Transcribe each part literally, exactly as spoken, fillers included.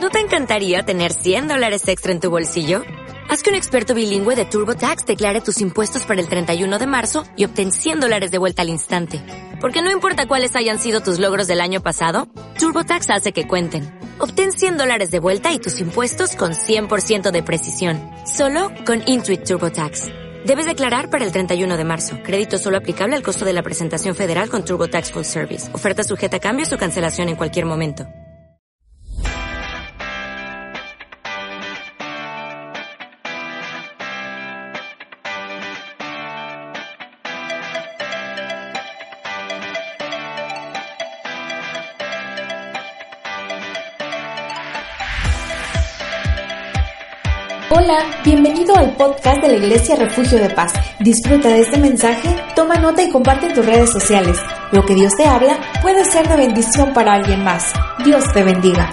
¿No te encantaría tener cien dólares extra en tu bolsillo? Haz que un experto bilingüe de TurboTax declare tus impuestos para el treinta y uno de marzo y obtén cien dólares de vuelta al instante. Porque no importa cuáles hayan sido tus logros del año pasado, TurboTax hace que cuenten. Obtén cien dólares de vuelta y tus impuestos con cien por ciento de precisión. Solo con Intuit TurboTax. Debes declarar para el treinta y uno de marzo. Crédito solo aplicable al costo de la presentación federal con TurboTax Full Service. Oferta sujeta a cambios o cancelación en cualquier momento. Hola, bienvenido al podcast de la Iglesia Refugio de Paz. Disfruta de este mensaje, toma nota y comparte en tus redes sociales. Lo que Dios te habla puede ser de bendición para alguien más. Dios te bendiga.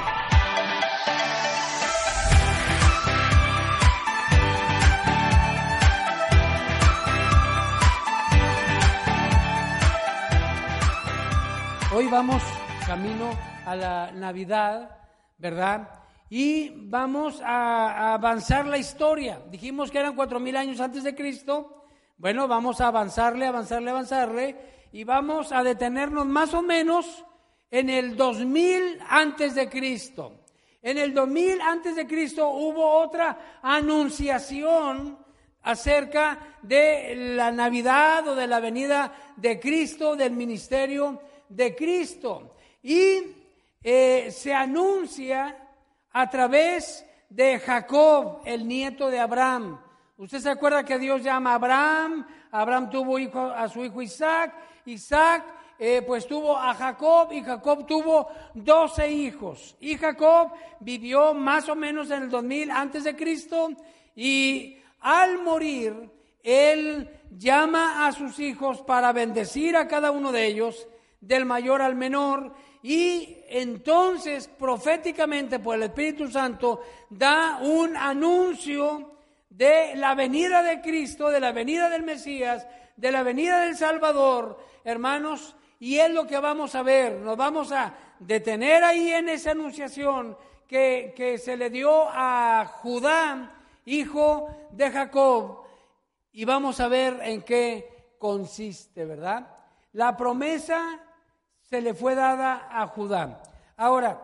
Hoy vamos camino a la Navidad, ¿verdad? Y vamos a, a avanzar la historia. Dijimos que eran cuatro mil años antes de Cristo. Bueno, vamos a avanzarle, avanzarle, avanzarle. Y vamos a detenernos más o menos en el dos mil antes de Cristo. En el dos mil antes de Cristo hubo otra anunciación acerca de la Navidad o de la venida de Cristo, del ministerio de Cristo. Y eh, se anuncia a través de Jacob, el nieto de Abraham. Usted se acuerda que Dios llama a Abraham, Abraham tuvo hijo, a su hijo Isaac, Isaac eh, pues tuvo a Jacob y Jacob tuvo doce hijos. Y Jacob vivió más o menos en el dos mil antes de Cristo y al morir él llama a sus hijos para bendecir a cada uno de ellos, del mayor al menor. Y entonces proféticamente por el Espíritu Santo da un anuncio de la venida de Cristo, de la venida del Mesías, de la venida del Salvador, hermanos, y es lo que vamos a ver. Nos vamos a detener ahí en esa anunciación que, que se le dio a Judá, hijo de Jacob, y vamos a ver en qué consiste, ¿verdad? La promesa se le fue dada a Judá. Ahora,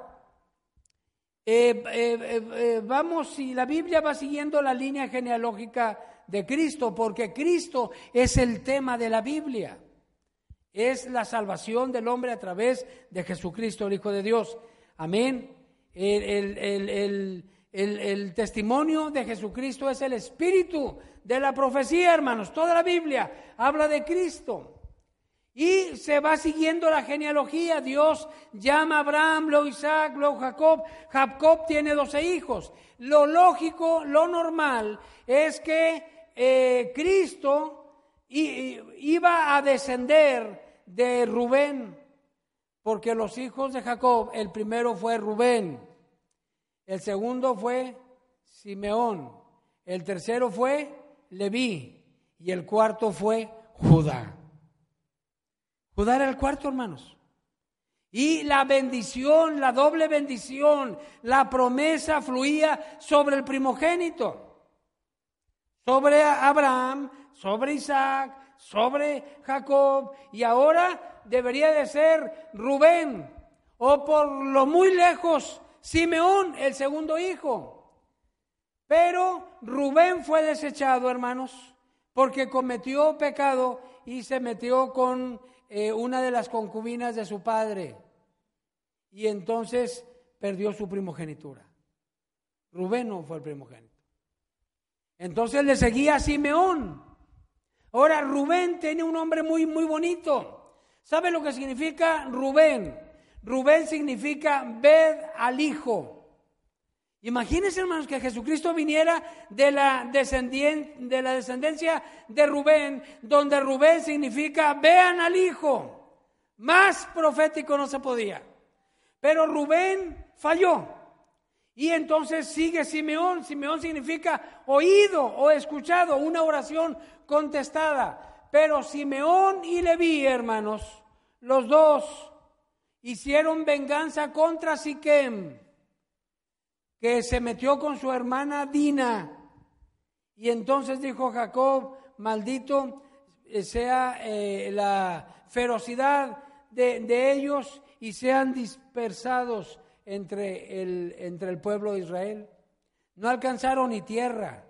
eh, eh, eh, vamos, si la Biblia va siguiendo la línea genealógica de Cristo, porque Cristo es el tema de la Biblia. Es la salvación del hombre a través de Jesucristo, el Hijo de Dios. Amén. El, el, el, el, el, el testimonio de Jesucristo es el espíritu de la profecía, hermanos. Toda la Biblia habla de Cristo. Y se va siguiendo la genealogía. Dios llama a Abraham, luego Isaac, luego Jacob. Jacob tiene doce hijos. Lo lógico, lo normal es que eh, Cristo iba a descender de Rubén, porque los hijos de Jacob, el primero fue Rubén, el segundo fue Simeón, el tercero fue Leví y el cuarto fue Judá. Judá era el cuarto, hermanos. Y la bendición, la doble bendición, la promesa fluía sobre el primogénito. Sobre Abraham, sobre Isaac, sobre Jacob. Y ahora debería de ser Rubén. O por lo muy lejos, Simeón, el segundo hijo. Pero Rubén fue desechado, hermanos, porque cometió pecado y se metió con Eh, una de las concubinas de su padre y entonces perdió su primogenitura. Rubén no fue el primogénito. Entonces le seguía a Simeón. Ahora Rubén tiene un nombre muy muy bonito. ¿Sabe lo que significa Rubén? Rubén significa ved al hijo. Imagínense, hermanos, que Jesucristo viniera de la, descendien, de la descendencia de Rubén, donde Rubén significa vean al hijo. Más profético no se podía. Pero Rubén falló. Y entonces sigue Simeón. Simeón significa oído o escuchado, una oración contestada. Pero Simeón y Leví, hermanos, los dos hicieron venganza contra Siquem. que se metió con su hermana Dina. Y entonces dijo Jacob, maldito sea eh, la ferocidad de, de ellos y sean dispersados entre el, entre el pueblo de Israel. No alcanzaron ni tierra,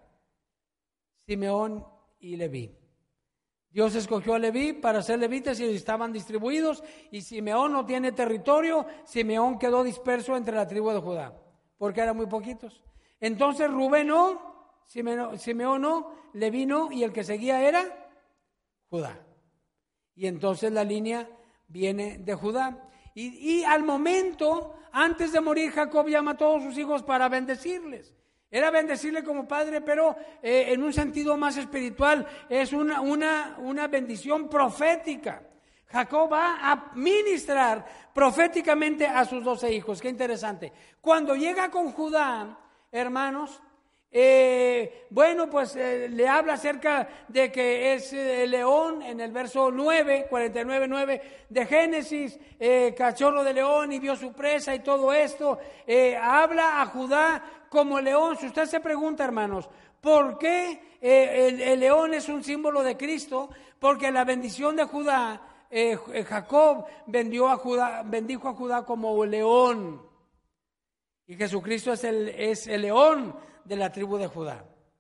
Simeón y Leví. Dios escogió a Leví para ser levitas y estaban distribuidos, y Simeón no tiene territorio. Simeón quedó disperso entre la tribu de Judá, porque eran muy poquitos. Entonces Rubén no, Simeón, Simeón no, Leví no, y el que seguía era Judá. Y entonces la línea viene de Judá. Y, y al momento, antes de morir, Jacob llama a todos sus hijos para bendecirles. Era bendecirle como padre, pero eh, en un sentido más espiritual, es una, una, una bendición profética. Jacob va a ministrar proféticamente a sus doce hijos. Qué interesante. Cuando llega con Judá, hermanos, eh, bueno, pues eh, le habla acerca de que es el león en el verso nueve, cuarenta y nueve, nueve de Génesis, eh, cachorro de león y vio su presa y todo esto. Eh, habla a Judá como león. Si usted se pregunta, hermanos, ¿por qué eh, el, el león es un símbolo de Cristo? Porque la bendición de Judá, eh, Jacob bendió a Judá, bendijo a Judá como león. Y Jesucristo es el, es el león de la tribu de Judá.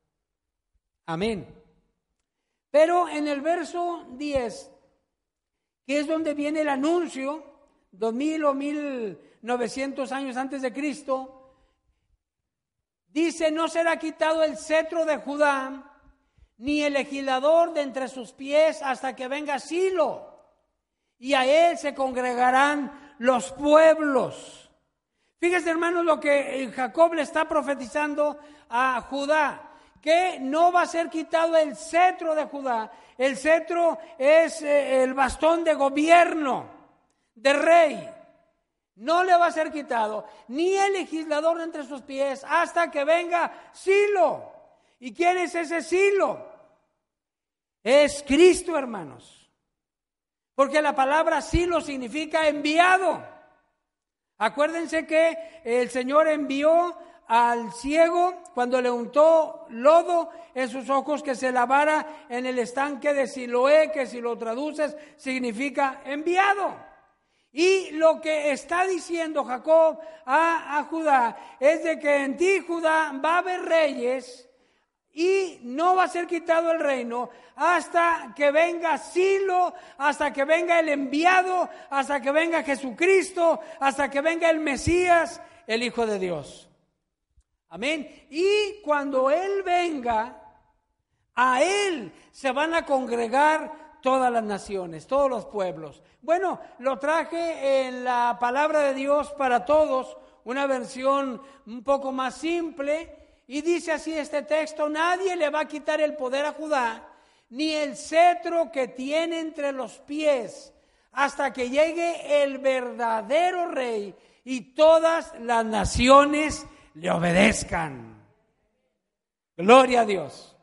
Amén. Pero en el verso diez, que es donde viene el anuncio, dos mil o mil novecientos años antes de Cristo, dice: no será quitado el cetro de Judá, ni el legislador de entre sus pies, hasta que venga Silo, y a él se congregarán los pueblos. Fíjese, hermanos, lo que Jacob le está profetizando a Judá, que no va a ser quitado el cetro de Judá. El cetro es el bastón de gobierno, de rey. No le va a ser quitado, ni el legislador de entre sus pies, hasta que venga Silo. ¿Y quién es ese Silo? Es Cristo, hermanos. Porque la palabra Silo significa enviado. Acuérdense que el Señor envió al ciego cuando le untó lodo en sus ojos que se lavara en el estanque de Siloé, que si lo traduces significa enviado. Y lo que está diciendo Jacob a, a Judá es de que en ti, Judá, va a haber reyes y no va a ser quitado el reino hasta que venga Silo, hasta que venga el enviado, hasta que venga Jesucristo, hasta que venga el Mesías, el Hijo de Dios. Amén. Y cuando Él venga, a Él se van a congregar todas las naciones, todos los pueblos. Bueno, lo traje en la palabra de Dios para todos, una versión un poco más simple. Y dice así este texto: nadie le va a quitar el poder a Judá, ni el cetro que tiene entre los pies, hasta que llegue el verdadero rey y todas las naciones le obedezcan. Gloria a Dios.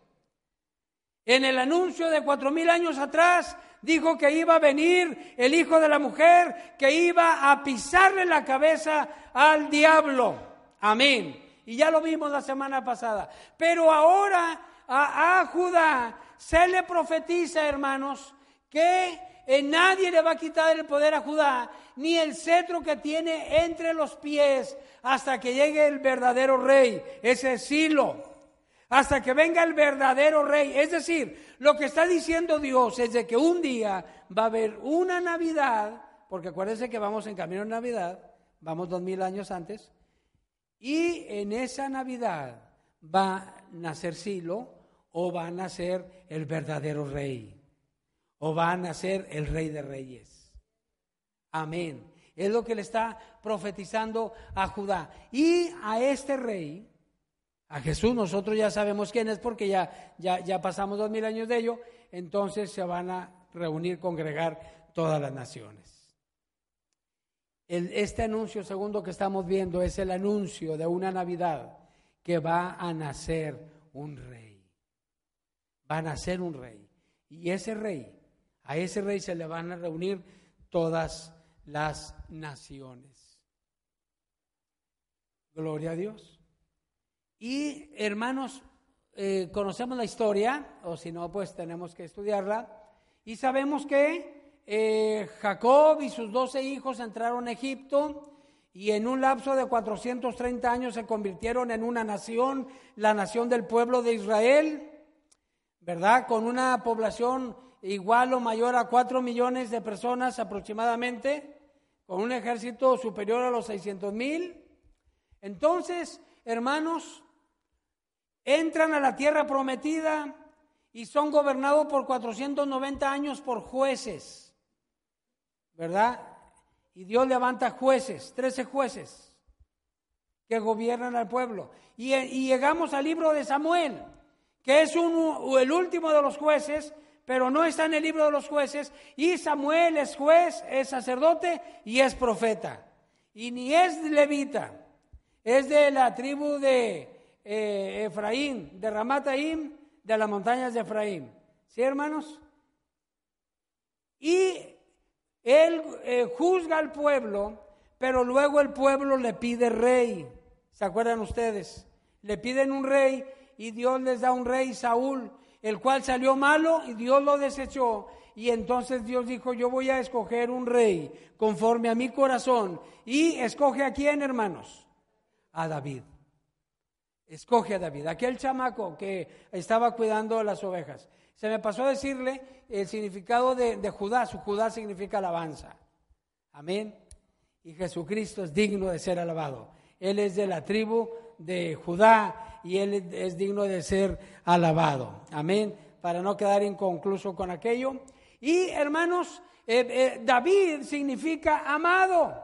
En el anuncio de cuatro mil años atrás, dijo que iba a venir el Hijo de la Mujer, que iba a pisarle la cabeza al diablo. Amén. Y ya lo vimos la semana pasada. Pero ahora a, a Judá se le profetiza, hermanos, que eh, nadie le va a quitar el poder a Judá, ni el cetro que tiene entre los pies, hasta que llegue el verdadero rey, ese Silo, hasta que venga el verdadero rey. Es decir, lo que está diciendo Dios es de que un día va a haber una Navidad, porque acuérdense que vamos en camino a Navidad, vamos dos mil años antes. Y en esa Navidad va a nacer Silo, o va a nacer el verdadero rey, o va a nacer el Rey de Reyes. Amén. Es lo que le está profetizando a Judá. Y a este rey, a Jesús, nosotros ya sabemos quién es, porque ya, ya, ya pasamos dos mil años de ello. Entonces se van a reunir, congregar todas las naciones. El, este anuncio segundo que estamos viendo es el anuncio de una Navidad, que va a nacer un rey. Va a nacer un rey. Y ese rey, a ese rey se le van a reunir todas las naciones. Gloria a Dios. Y hermanos, eh, conocemos la historia, o si no, pues tenemos que estudiarla, y sabemos que eh, Jacob y sus doce hijos entraron a Egipto, y en un lapso de cuatrocientos treinta años se convirtieron en una nación, la nación del pueblo de Israel, ¿verdad? Con una población igual o mayor a cuatro millones de personas aproximadamente, con un ejército superior a los seiscientos mil. Entonces, hermanos, entran a la tierra prometida y son gobernados por cuatrocientos noventa años por jueces, ¿verdad? Y Dios levanta jueces, trece jueces que gobiernan al pueblo. Y, y llegamos al libro de Samuel, que es un, el último de los jueces, pero no está en el libro de los jueces. Y Samuel es juez, es sacerdote y es profeta. Y ni es levita, es de la tribu de eh, Efraín, de Ramataim, de las montañas de Efraín. ¿Sí, hermanos? Y él eh, juzga al pueblo, pero luego el pueblo le pide rey. ¿Se acuerdan ustedes? Le piden un rey y Dios les da un rey, Saúl, el cual salió malo y Dios lo desechó. Y entonces Dios dijo, yo voy a escoger un rey conforme a mi corazón. Y escoge a quién, hermanos? A David. Escoge a David, aquel chamaco que estaba cuidando las ovejas. Se me pasó a decirle el significado de, de Judá. Su Judá significa alabanza. Amén. Y Jesucristo es digno de ser alabado. Él es de la tribu de Judá y Él es digno de ser alabado. Amén. Para no quedar inconcluso con aquello. Y hermanos, eh, eh, David significa amado.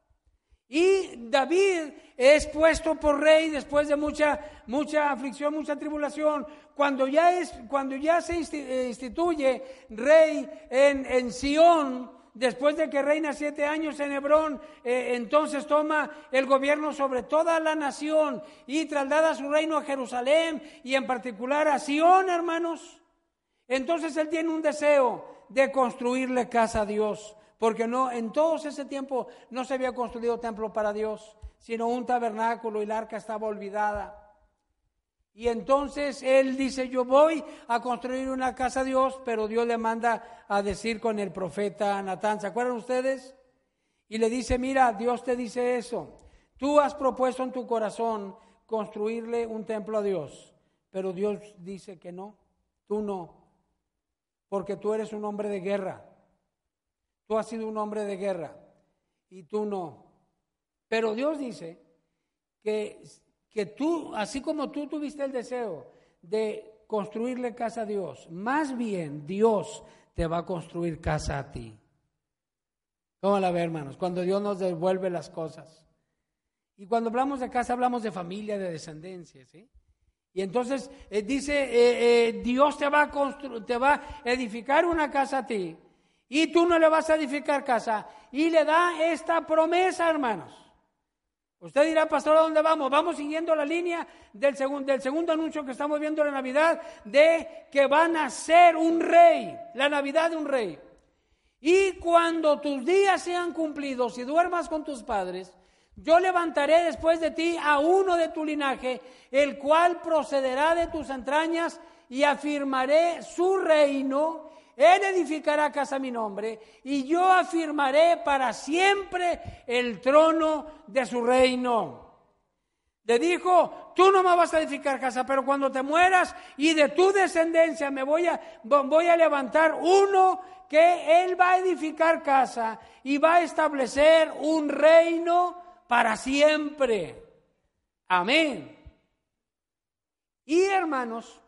Y David es puesto por rey después de mucha mucha aflicción, mucha tribulación. Cuando ya es cuando ya se instituye rey en, en Sión, después de que reina siete años en Hebrón, eh, entonces toma el gobierno sobre toda la nación y traslada su reino a Jerusalén y en particular a Sión, hermanos. Entonces él tiene un deseo de construirle casa a Dios. Porque no, en todo ese tiempo no se había construido templo para Dios, sino un tabernáculo y la arca estaba olvidada. Y entonces él dice, yo voy a construir una casa a Dios, pero Dios le manda a decir con el profeta Natán, ¿se acuerdan ustedes? Y le dice, mira, Dios te dice eso, tú has propuesto en tu corazón construirle un templo a Dios, pero Dios dice que no, tú no, porque tú eres un hombre de guerra. Tú has sido un hombre de guerra y tú no. Pero Dios dice que, que tú, así como tú tuviste el deseo de construirle casa a Dios, más bien Dios te va a construir casa a ti. ¿Cómo la ve, hermanos? Cuando Dios nos devuelve las cosas. Y cuando hablamos de casa, hablamos de familia, de descendencia, ¿sí? Y entonces eh, dice, eh, eh, Dios te va, a constru- te va a edificar una casa a ti. Y tú no le vas a edificar casa. Y le da esta promesa, hermanos. Usted dirá, pastor, ¿a dónde vamos? Vamos siguiendo la línea del, segun, del segundo anuncio que estamos viendo en la Navidad, de que van a ser un rey, la Navidad de un rey. Y cuando tus días sean cumplidos y duermas con tus padres, yo levantaré después de ti a uno de tu linaje, el cual procederá de tus entrañas, y afirmaré su reino. Él edificará casa a mi nombre, y yo afirmaré para siempre el trono de su reino. Le dijo, tú no me vas a edificar casa, pero cuando te mueras y de tu descendencia me voy a, voy a levantar uno que él va a edificar casa y va a establecer un reino para siempre. Amén. Y hermanos,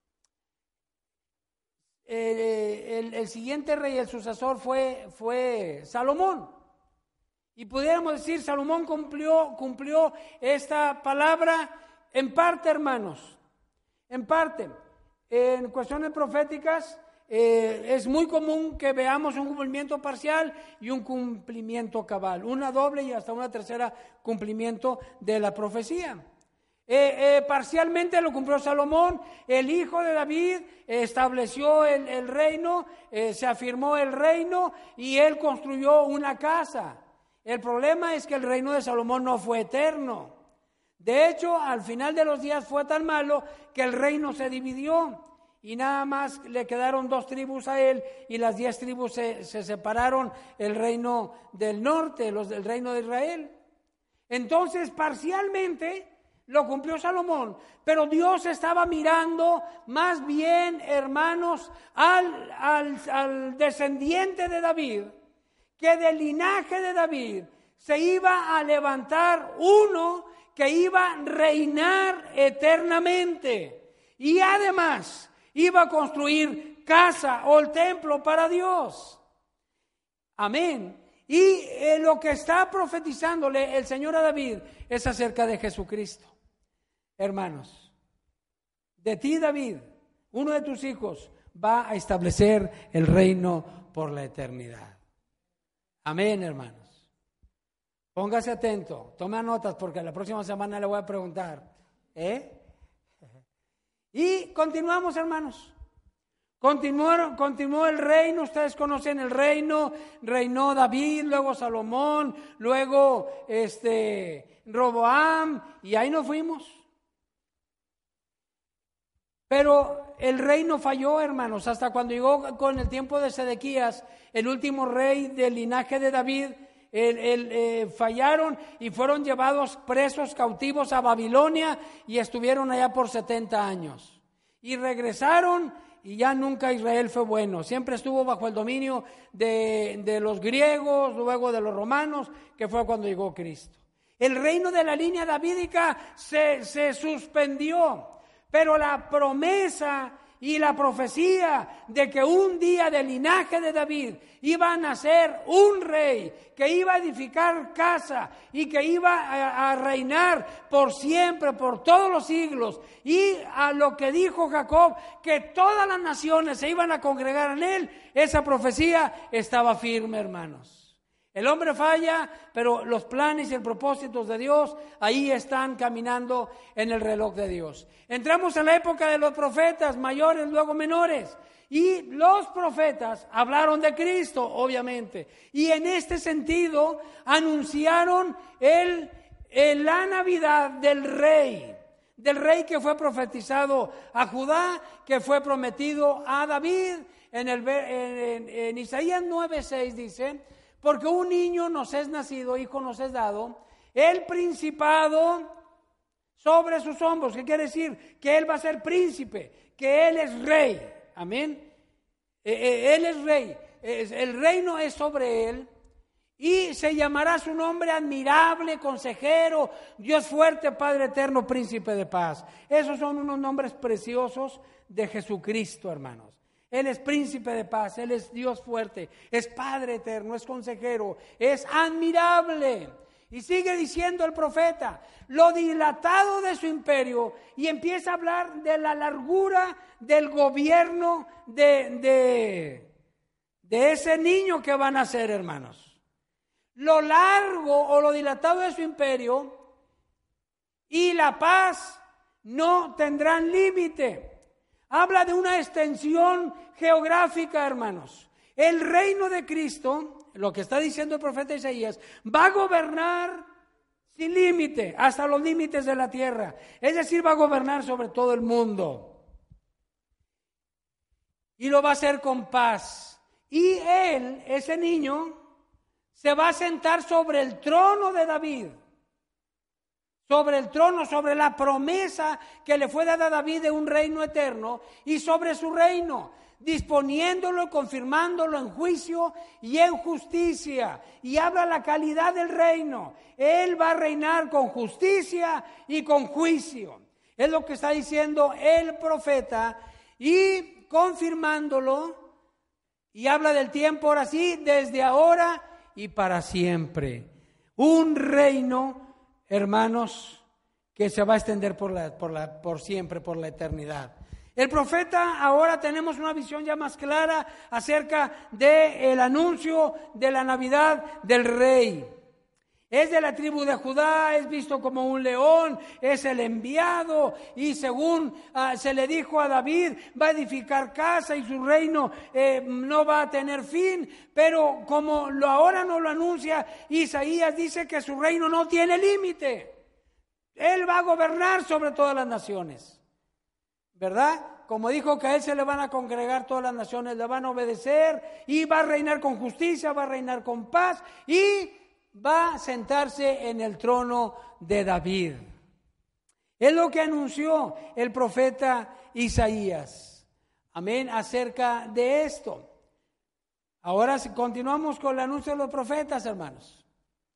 Eh, el, el siguiente rey, el sucesor fue, fue Salomón. Y pudiéramos decir, Salomón cumplió, cumplió esta palabra en parte, hermanos. En parte. En cuestiones proféticas eh, es muy común que veamos un cumplimiento parcial y un cumplimiento cabal. Una doble y hasta una tercera cumplimiento de la profecía. Eh, eh, parcialmente lo cumplió Salomón, el hijo de David eh, estableció el, el reino, eh, se afirmó el reino y él construyó una casa. El problema es que el reino de Salomón no fue eterno. De hecho, al final de los días fue tan malo que el reino se dividió y nada más le quedaron dos tribus a él y las diez tribus se, se separaron, el reino del norte, los del reino de Israel. Entonces, parcialmente lo cumplió Salomón, pero Dios estaba mirando más bien, hermanos, al, al, al descendiente de David, que del linaje de David se iba a levantar uno que iba a reinar eternamente y además iba a construir casa o el templo para Dios. Amén. Y eh, lo que está profetizándole el Señor a David es acerca de Jesucristo. Hermanos, de ti, David, uno de tus hijos va a establecer el reino por la eternidad. Amén, hermanos. Póngase atento, tome notas porque la próxima semana le voy a preguntar. ¿Eh? Y continuamos, hermanos. Continuó, continuó el reino, ustedes conocen el reino, reinó David, luego Salomón, luego este, Roboam, y ahí nos fuimos. Pero el reino falló, hermanos, hasta cuando llegó con el tiempo de Sedequías, el último rey del linaje de David, el, el, eh, fallaron y fueron llevados presos cautivos a Babilonia y estuvieron allá por setenta años. Y regresaron y ya nunca Israel fue bueno, siempre estuvo bajo el dominio de, de los griegos, luego de los romanos, que fue cuando llegó Cristo. El reino de la línea davídica se, se suspendió. Pero la promesa y la profecía de que un día del linaje de David iba a nacer un rey que iba a edificar casa y que iba a, a reinar por siempre, por todos los siglos, y a lo que dijo Jacob, que todas las naciones se iban a congregar en él, esa profecía estaba firme, hermanos. El hombre falla, pero los planes y el propósito de Dios ahí están caminando en el reloj de Dios. Entramos en la época de los profetas, mayores, luego menores. Y los profetas hablaron de Cristo, obviamente. Y en este sentido anunciaron el, el, la Navidad del Rey. Del Rey que fue profetizado a Judá, que fue prometido a David. En, el, en, en, en Isaías nueve seis dice... Porque un niño nos es nacido, hijo nos es dado, el principado sobre sus hombros. ¿Qué quiere decir? Que él va a ser príncipe, que él es rey. Amén. Eh, eh, él es rey. Eh, el reino es sobre él. Y se llamará su nombre admirable, consejero, Dios fuerte, Padre eterno, príncipe de paz. Esos son unos nombres preciosos de Jesucristo, hermanos. Él es príncipe de paz, Él es Dios fuerte, es Padre eterno, es consejero, es admirable. Y sigue diciendo el profeta, lo dilatado de su imperio, y empieza a hablar de la largura del gobierno de, de, de ese niño que va a nacer, hermanos. Lo largo o lo dilatado de su imperio y la paz no tendrán límite. Habla de una extensión geográfica, hermanos. El reino de Cristo, lo que está diciendo el profeta Isaías, va a gobernar sin límite, hasta los límites de la tierra. Es decir, va a gobernar sobre todo el mundo. Y lo va a hacer con paz. Y él, ese niño, se va a sentar sobre el trono de David. Sobre el trono, sobre la promesa que le fue dada a David de un reino eterno y sobre su reino, disponiéndolo, confirmándolo en juicio y en justicia. Y habla la calidad del reino. Él va a reinar con justicia y con juicio. Es lo que está diciendo el profeta y confirmándolo. Y habla del tiempo ahora sí, desde ahora y para siempre. Un reino, hermanos, que se va a extender por, la, por, la, por siempre, por la eternidad. El profeta, ahora tenemos una visión ya más clara acerca del anuncio de la Navidad del Rey. Es de la tribu de Judá, es visto como un león, es el enviado, y según uh, se le dijo a David, va a edificar casa y su reino eh, no va a tener fin, pero como lo ahora no lo anuncia, Isaías dice que su reino no tiene límite. Él va a gobernar sobre todas las naciones, ¿verdad? Como dijo que a Él se le van a congregar todas las naciones, le van a obedecer y va a reinar con justicia, va a reinar con paz y va a sentarse en el trono de David. Es lo que anunció el profeta Isaías. Amén, acerca de esto. Ahora continuamos con el anuncio de los profetas, hermanos.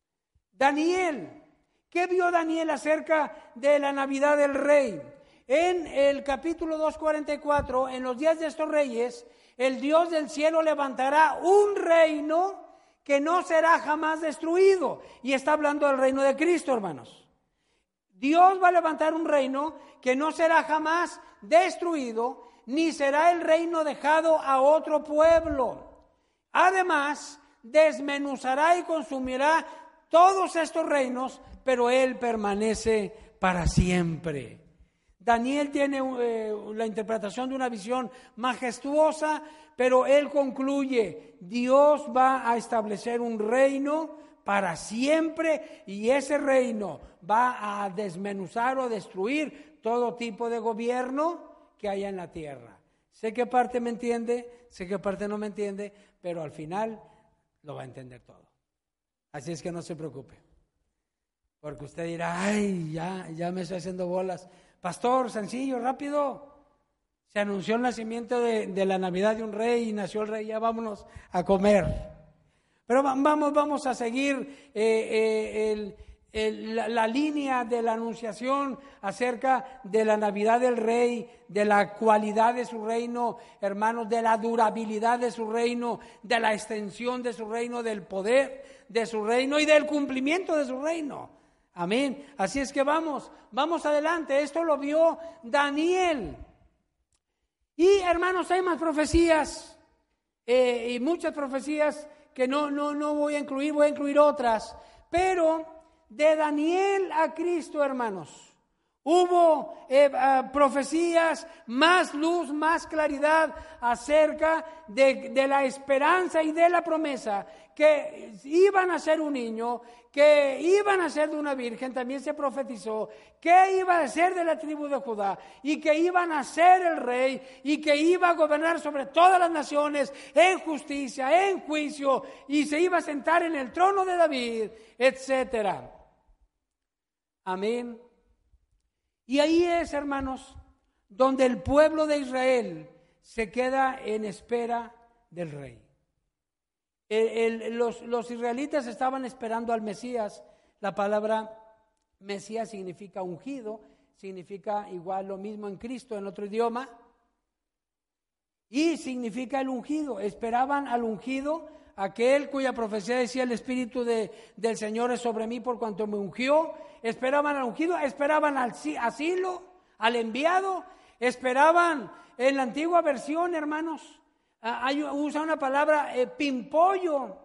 Daniel, ¿qué vio Daniel acerca de la Navidad del Rey? En el capítulo dos cuarenta y cuatro, en los días de estos reyes, el Dios del cielo levantará un reino que no será jamás destruido. Y está hablando del reino de Cristo, hermanos. Dios va a levantar un reino que no será jamás destruido, ni será el reino dejado a otro pueblo. Además, desmenuzará y consumirá todos estos reinos, pero Él permanece para siempre. Daniel tiene eh, la interpretación de una visión majestuosa, pero él concluye, Dios va a establecer un reino para siempre y ese reino va a desmenuzar o destruir todo tipo de gobierno que haya en la tierra. Sé qué parte me entiende, sé qué parte no me entiende, pero al final lo va a entender todo. Así es que no se preocupe, porque usted dirá, ay, ya, ya me estoy haciendo bolas. Pastor, sencillo, rápido. Se anunció el nacimiento de, de la Navidad de un rey y nació el rey, ya vámonos a comer. Pero vamos, vamos a seguir eh, eh, el, el, la, la línea de la anunciación acerca de la Navidad del rey, de la cualidad de su reino, hermanos, de la durabilidad de su reino, de la extensión de su reino, del poder de su reino y del cumplimiento de su reino. Amén. Así es que vamos, vamos adelante. Esto lo vio Daniel. Y hermanos, hay más profecías eh, y muchas profecías que no, no, no voy a incluir, voy a incluir otras. Pero de Daniel a Cristo, hermanos, hubo eh, uh, profecías, más luz, más claridad acerca de, de la esperanza y de la promesa que iban a ser un niño, que iban a ser de una virgen, también se profetizó, que iba a ser de la tribu de Judá y que iban a ser el rey y que iba a gobernar sobre todas las naciones en justicia, en juicio y se iba a sentar en el trono de David, etcétera. Amén. Y ahí es, hermanos, donde el pueblo de Israel se queda en espera del rey. El, el, los, los israelitas estaban esperando al Mesías. La palabra Mesías significa ungido, significa igual lo mismo en Cristo en otro idioma. Y significa el ungido. Esperaban al ungido, aquel cuya profecía decía el Espíritu de, del Señor es sobre mí por cuanto me ungió. Esperaban al ungido, esperaban al asilo, al enviado, esperaban en la antigua versión, hermanos. Hay, usa una palabra eh, pimpollo.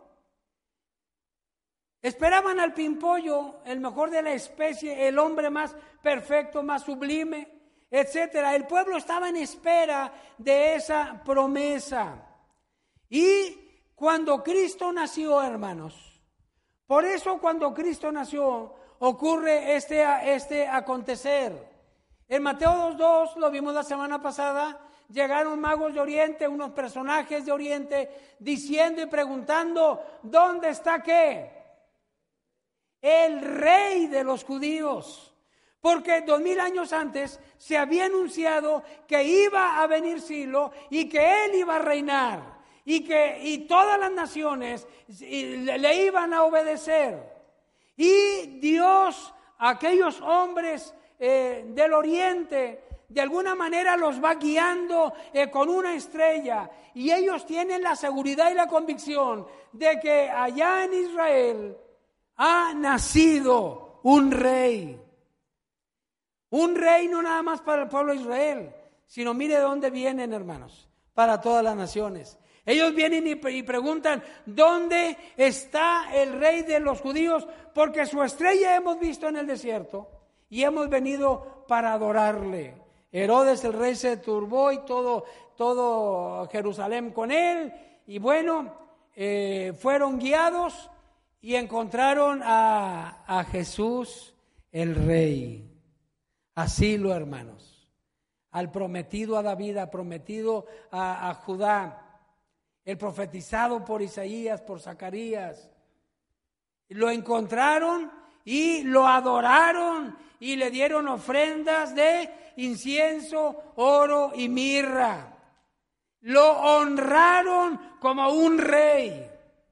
Esperaban al pimpollo, el mejor de la especie, el hombre más perfecto, más sublime, etcétera. El pueblo estaba en espera de esa promesa. Y cuando Cristo nació, hermanos, por eso cuando Cristo nació ocurre este, este acontecer. En Mateo dos dos, lo vimos la semana pasada, llegaron magos de Oriente, unos personajes de Oriente, diciendo y preguntando, ¿dónde está qué? El rey de los judíos. Porque dos mil años antes se había anunciado que iba a venir Silo y que él iba a reinar. Y que y todas las naciones le, le iban a obedecer. Y Dios, aquellos hombres eh, del Oriente, de alguna manera los va guiando eh, con una estrella y ellos tienen la seguridad y la convicción de que allá en Israel ha nacido un rey. Un rey no nada más para el pueblo de Israel, sino mire de dónde vienen, hermanos, para todas las naciones. Ellos vienen y, y preguntan, ¿dónde está el rey de los judíos? Porque su estrella hemos visto en el desierto y hemos venido para adorarle. Herodes el rey se turbó y todo, todo Jerusalén con él. Y bueno, eh, fueron guiados y encontraron a, a Jesús el rey. Asilo, hermanos, al prometido a David, al prometido a, a Judá, el profetizado por Isaías, por Zacarías. Lo encontraron y lo adoraron y le dieron ofrendas de incienso, oro y mirra. Lo honraron como un rey.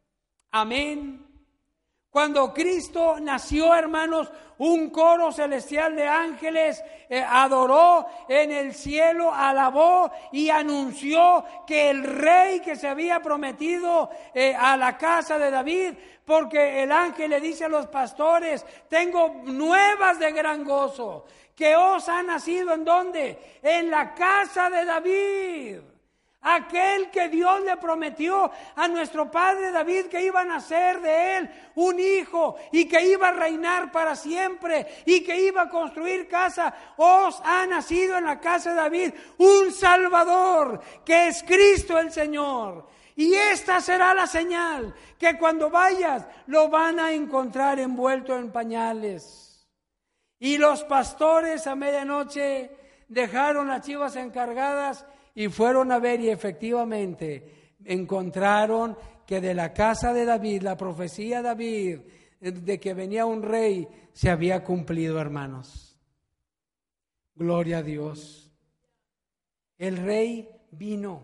Amén. Cuando Cristo nació, hermanos, un coro celestial de ángeles eh, adoró en el cielo, alabó y anunció que el rey que se había prometido eh, a la casa de David, porque el ángel le dice a los pastores: tengo nuevas de gran gozo, que os ha nacido ¿en dónde? En la casa de David. Aquel que Dios le prometió a nuestro padre David que iba a nacer de él un hijo y que iba a reinar para siempre y que iba a construir casa. Os ha nacido en la casa de David un Salvador, que es Cristo el Señor. Y esta será la señal, que cuando vayas lo van a encontrar envuelto en pañales. Y los pastores a medianoche dejaron las chivas encargadas y fueron a ver, y efectivamente encontraron que de la casa de David, la profecía de David, de que venía un rey, se había cumplido, hermanos. Gloria a Dios. El rey vino,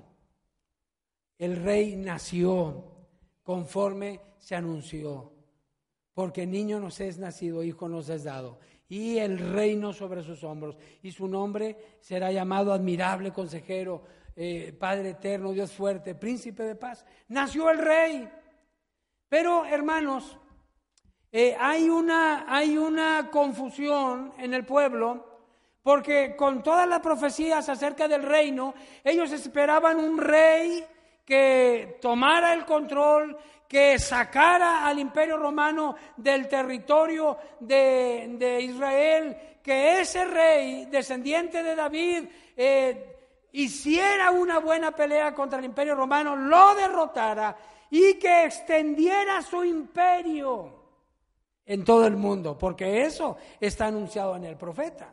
el rey nació conforme se anunció, porque niño nos es nacido, hijo nos es dado, y el reino sobre sus hombros, y su nombre será llamado Admirable Consejero, eh, Padre Eterno, Dios Fuerte, Príncipe de Paz. Nació el rey. Pero, hermanos, eh, hay una, hay una confusión en el pueblo, porque con todas las profecías acerca del reino, ellos esperaban un rey que tomara el control, que sacara al Imperio Romano del territorio de, de Israel, que ese rey, descendiente de David, eh, hiciera una buena pelea contra el Imperio Romano, lo derrotara y que extendiera su imperio en todo el mundo, porque eso está anunciado en el profeta.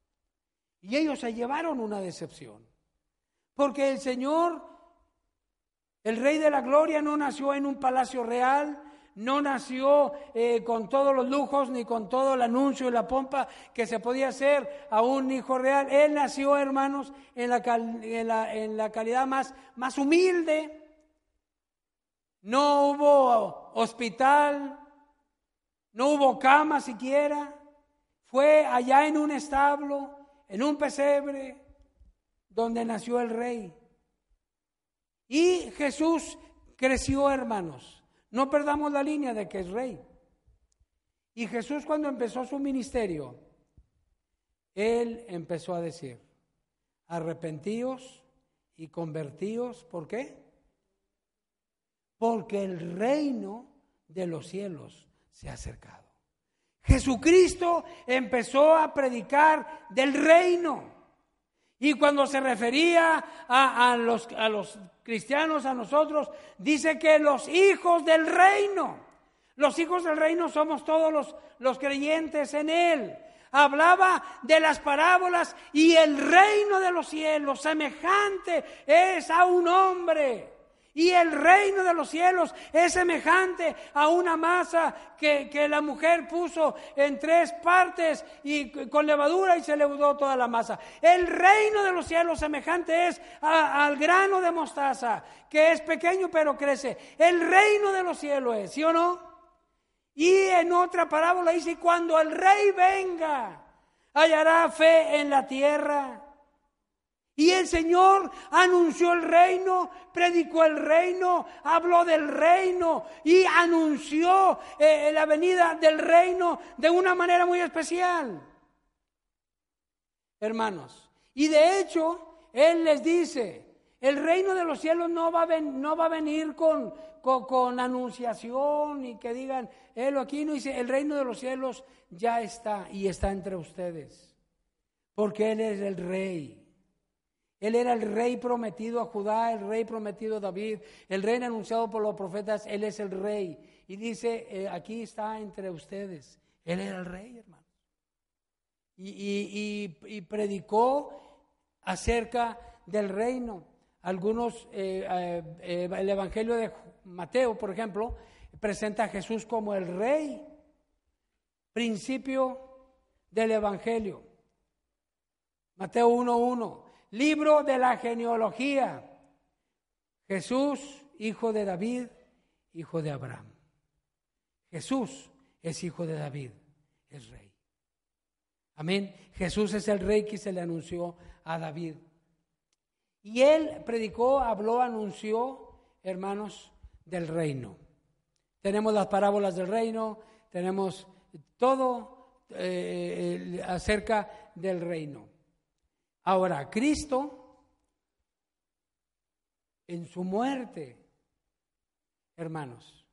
Y ellos se llevaron una decepción, porque el Señor, el Rey de la Gloria, no nació en un palacio real, no nació eh, con todos los lujos ni con todo el anuncio y la pompa que se podía hacer a un hijo real. Él nació, hermanos, en la, cal, en la, en la calidad más, más humilde. No hubo hospital, no hubo cama siquiera. Fue allá en un establo, en un pesebre, donde nació el rey. Y Jesús creció, hermanos. No perdamos la línea de que es rey. Y Jesús, cuando empezó su ministerio, Él empezó a decir: arrepentíos y convertíos. ¿Por qué? Porque el reino de los cielos se ha acercado. Jesucristo empezó a predicar del reino. Y cuando se refería a, a, los, a los cristianos, a nosotros, dice que los hijos del reino, los hijos del reino somos todos los, los creyentes en Él. Hablaba de las parábolas y el reino de los cielos semejante es a un hombre. Y el reino de los cielos es semejante a una masa que, que la mujer puso en tres partes y con levadura y se leudó toda la masa. El reino de los cielos semejante es a, al grano de mostaza, que es pequeño pero crece. El reino de los cielos es, ¿sí o no? Y en otra parábola dice: cuando el rey venga, hallará fe en la tierra. Y el Señor anunció el reino, predicó el reino, habló del reino y anunció eh, la venida del reino de una manera muy especial. Hermanos, y de hecho, Él les dice: el reino de los cielos no va a, ven, no va a venir con, con, con anunciación y que digan, Él aquí no dice, el reino de los cielos ya está y está entre ustedes, porque Él es el rey. Él era el rey prometido a Judá, el rey prometido a David, el rey anunciado por los profetas. Él es el rey. Y dice, eh, aquí está entre ustedes. Él era el rey, hermano. y, y, y, y predicó acerca del reino. Algunos, eh, eh, eh, el Evangelio de Mateo, por ejemplo, presenta a Jesús como el rey. Principio del Evangelio. Mateo uno uno. Libro de la genealogía. Jesús, hijo de David, hijo de Abraham. Jesús es hijo de David, es rey. Amén. Jesús es el rey que se le anunció a David. Y él predicó, habló, anunció, hermanos, del reino. Tenemos las parábolas del reino, tenemos todo eh, eh, acerca del reino. Ahora, Cristo, en su muerte, hermanos,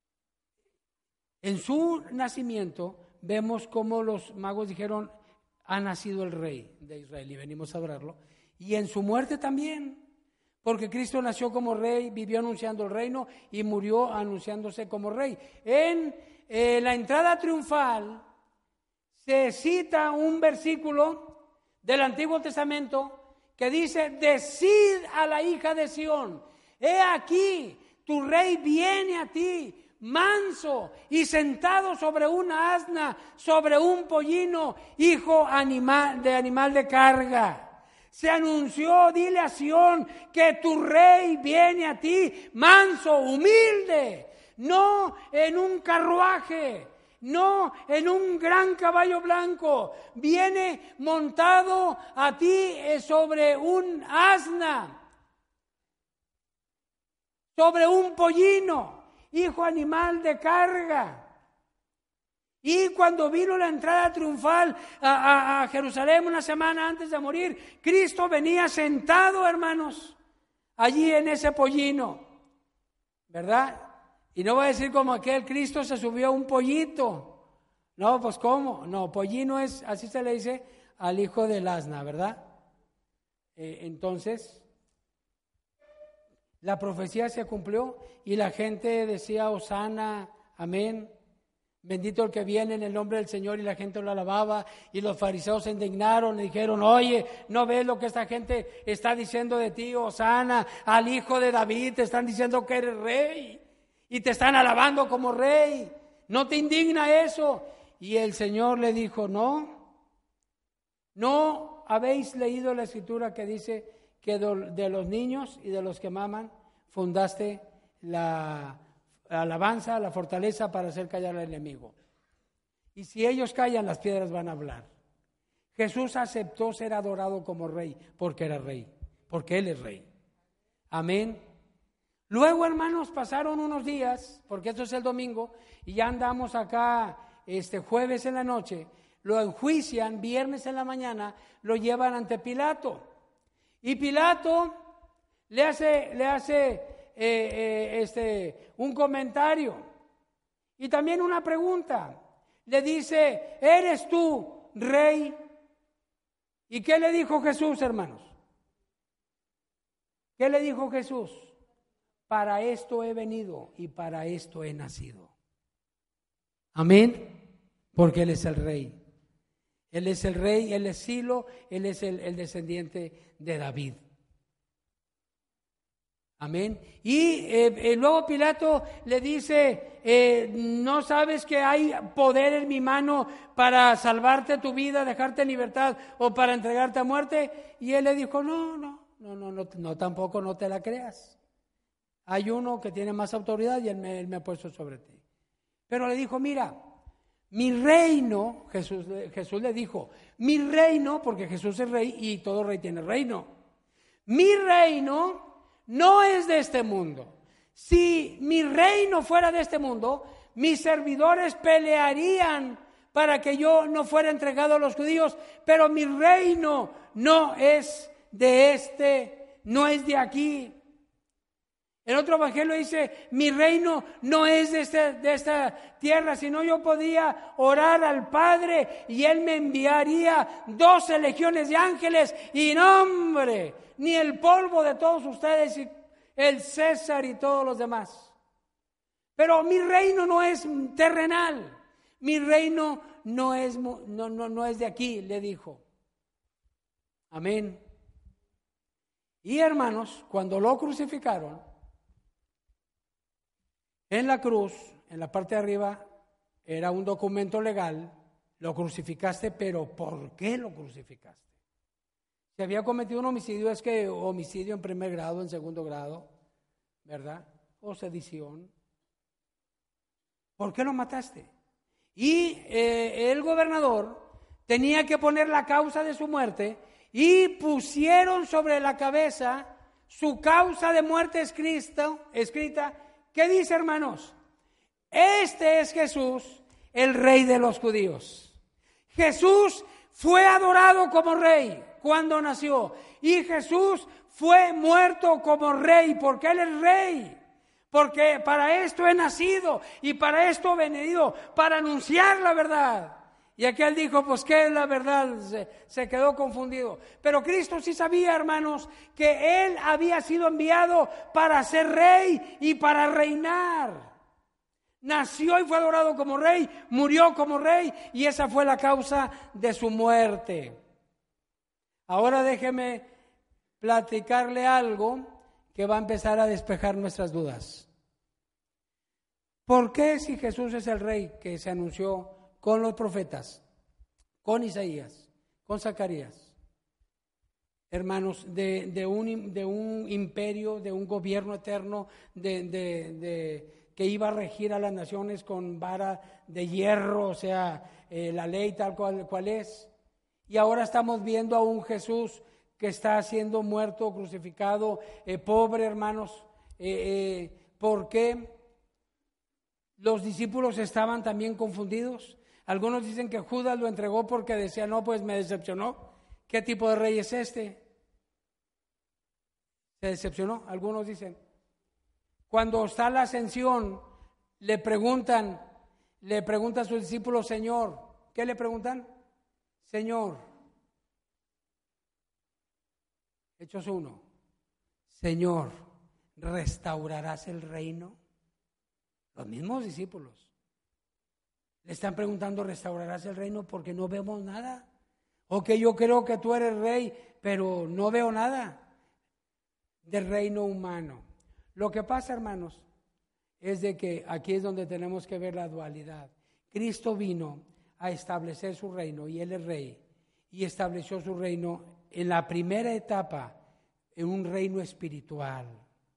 en su nacimiento, vemos cómo los magos dijeron, ha nacido el rey de Israel y venimos a adorarlo. Y en su muerte también, porque Cristo nació como rey, vivió anunciando el reino y murió anunciándose como rey. En eh, la entrada triunfal se cita un versículo del Antiguo Testamento que dice, decid a la hija de Sión, he aquí, tu rey viene a ti, manso y sentado sobre una asna, sobre un pollino, hijo animal, de animal de carga. Se anunció, dile a Sión, que tu rey viene a ti, manso, humilde, no en un carruaje, no en un gran caballo blanco, viene montado a ti sobre un asna, sobre un pollino, hijo animal de carga. Y cuando vino la entrada triunfal a, a, a Jerusalén una semana antes de morir, Cristo venía sentado, hermanos, allí en ese pollino, ¿verdad? Y no voy a decir como aquel Cristo se subió a un pollito. No, pues ¿cómo? No, pollino es, así se le dice al hijo del asna, ¿verdad? Eh, entonces, la profecía se cumplió y la gente decía, Hosana, amén. Bendito el que viene en el nombre del Señor, y la gente lo alababa, y los fariseos se indignaron y dijeron, oye, ¿no ves lo que esta gente está diciendo de ti, Hosana, al hijo de David? Te están diciendo que eres rey y te están alabando como rey, ¿no te indigna eso? Y el Señor le dijo, no, ¿no habéis leído la escritura que dice que de los niños y de los que maman fundaste la alabanza, la fortaleza para hacer callar al enemigo? Y si ellos callan, las piedras van a hablar. Jesús aceptó ser adorado como rey porque era rey, porque Él es rey. Amén. Luego, hermanos, pasaron unos días, porque esto es el domingo, y ya andamos acá este jueves en la noche, lo enjuician, viernes en la mañana, lo llevan ante Pilato. Y Pilato le hace, le hace Eh, eh, este, un comentario y también una pregunta. Le dice, ¿eres tú rey? ¿Y qué le dijo Jesús, hermanos? ¿Qué le dijo Jesús? Para esto he venido y para esto he nacido. Amén. Porque Él es el rey. Él es el rey, Él es Silo, Él es el, el descendiente de David. Amén. Y eh, eh, luego Pilato le dice, eh, ¿no sabes que hay poder en mi mano para salvarte tu vida, dejarte en libertad o para entregarte a muerte? Y él le dijo, no, no, no, no, no, no tampoco no te la creas. Hay uno que tiene más autoridad y él me, él me ha puesto sobre ti. Pero le dijo, mira, mi reino, Jesús, Jesús le dijo, mi reino, porque Jesús es rey y todo rey tiene reino. Mi reino no es de este mundo. Si mi reino fuera de este mundo, mis servidores pelearían para que yo no fuera entregado a los judíos, pero mi reino no es de este, no es de aquí. En otro evangelio dice, mi reino no es de, este, de esta tierra, sino yo podía orar al Padre y Él me enviaría doce legiones de ángeles y no, hombre, ni el polvo de todos ustedes y el César y todos los demás. Pero mi reino no es terrenal, mi reino no es, no, no, no es de aquí, le dijo. Amén. Y hermanos, cuando lo crucificaron, en la cruz, en la parte de arriba, era un documento legal, lo crucificaste, pero ¿por qué lo crucificaste? Si había cometido un homicidio, es que homicidio en primer grado, en segundo grado, ¿verdad? O sedición. ¿Por qué lo mataste? Y eh, el gobernador tenía que poner la causa de su muerte y pusieron sobre la cabeza su causa de muerte escrita, escrita. ¿Qué dice, hermanos? Este es Jesús, el Rey de los judíos. Jesús fue adorado como Rey cuando nació y Jesús fue muerto como Rey porque Él es Rey. Porque para esto he nacido y para esto he venido, para anunciar la verdad. Y aquel dijo, pues ¿qué es la verdad? Se, se quedó confundido. Pero Cristo sí sabía, hermanos, que Él había sido enviado para ser Rey y para reinar. Nació y fue adorado como Rey, murió como Rey y esa fue la causa de su muerte. Ahora déjeme platicarle algo que va a empezar a despejar nuestras dudas. ¿Por qué si Jesús es el Rey que se anunció con los profetas, con Isaías, con Zacarías, hermanos, de, de, un, de un imperio, de un gobierno eterno, de, de, de, que iba a regir a las naciones con vara de hierro, o sea, eh, la ley tal cual, cual es? Y ahora estamos viendo a un Jesús que está siendo muerto, crucificado, eh, pobre, hermanos. Eh, eh, ¿Por qué? Los discípulos estaban también confundidos. Algunos dicen que Judas lo entregó porque decía, no, pues me decepcionó. ¿Qué tipo de rey es este? Se decepcionó. Algunos dicen. Cuando está la ascensión, le preguntan, le pregunta a sus discípulos, Señor, ¿qué le preguntan? Señor. Hechos uno. Señor, ¿restaurarás el reino? Los mismos discípulos le están preguntando, ¿restaurarás el reino? Porque no vemos nada. O que yo creo que tú eres rey, pero no veo nada del reino humano. Lo que pasa, hermanos, es de que aquí es donde tenemos que ver la dualidad. Cristo vino a establecer su reino y Él es rey. Y estableció su reino en la primera etapa, en un reino espiritual.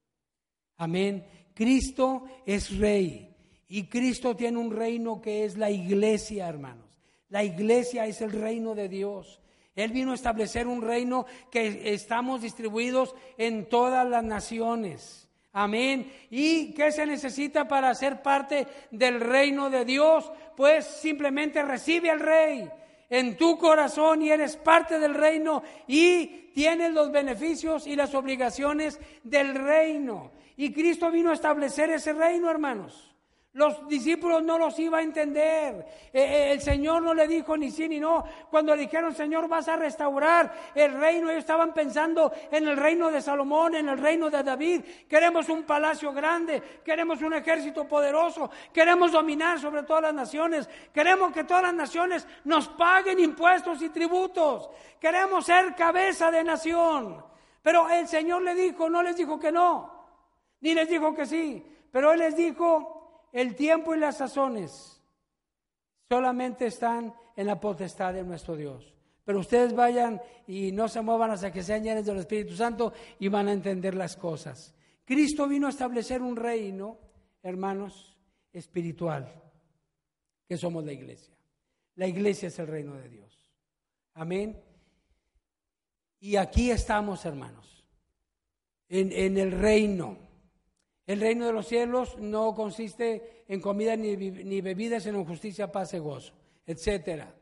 Amén. Cristo es rey y Cristo tiene un reino que es la iglesia, hermanos. La iglesia es el reino de Dios. Él vino a establecer un reino que estamos distribuidos en todas las naciones. Amén. ¿Y qué se necesita para ser parte del reino de Dios? Pues simplemente recibe al rey en tu corazón y eres parte del reino y tienes los beneficios y las obligaciones del reino. Y Cristo vino a establecer ese reino, hermanos. Los discípulos no los iba a entender. Eh, el Señor no le dijo ni sí ni no. Cuando le dijeron, Señor, vas a restaurar el reino, ellos estaban pensando en el reino de Salomón, en el reino de David. Queremos un palacio grande, queremos un ejército poderoso, queremos dominar sobre todas las naciones, queremos que todas las naciones nos paguen impuestos y tributos, queremos ser cabeza de nación. Pero el Señor le dijo, no les dijo que no, ni les dijo que sí, pero Él les dijo, el tiempo y las sazones solamente están en la potestad de nuestro Dios. Pero ustedes vayan y no se muevan hasta que sean llenos del Espíritu Santo y van a entender las cosas. Cristo vino a establecer un reino, hermanos, espiritual, que somos la iglesia. La iglesia es el reino de Dios. Amén. Y aquí estamos, hermanos, en, en el reino. El reino de los cielos no consiste en comida ni, ni bebidas, sino en justicia, paz y gozo, etcétera.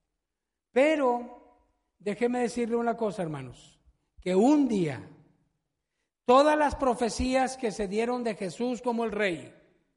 Pero déjeme decirle una cosa, hermanos, que un día todas las profecías que se dieron de Jesús como el rey,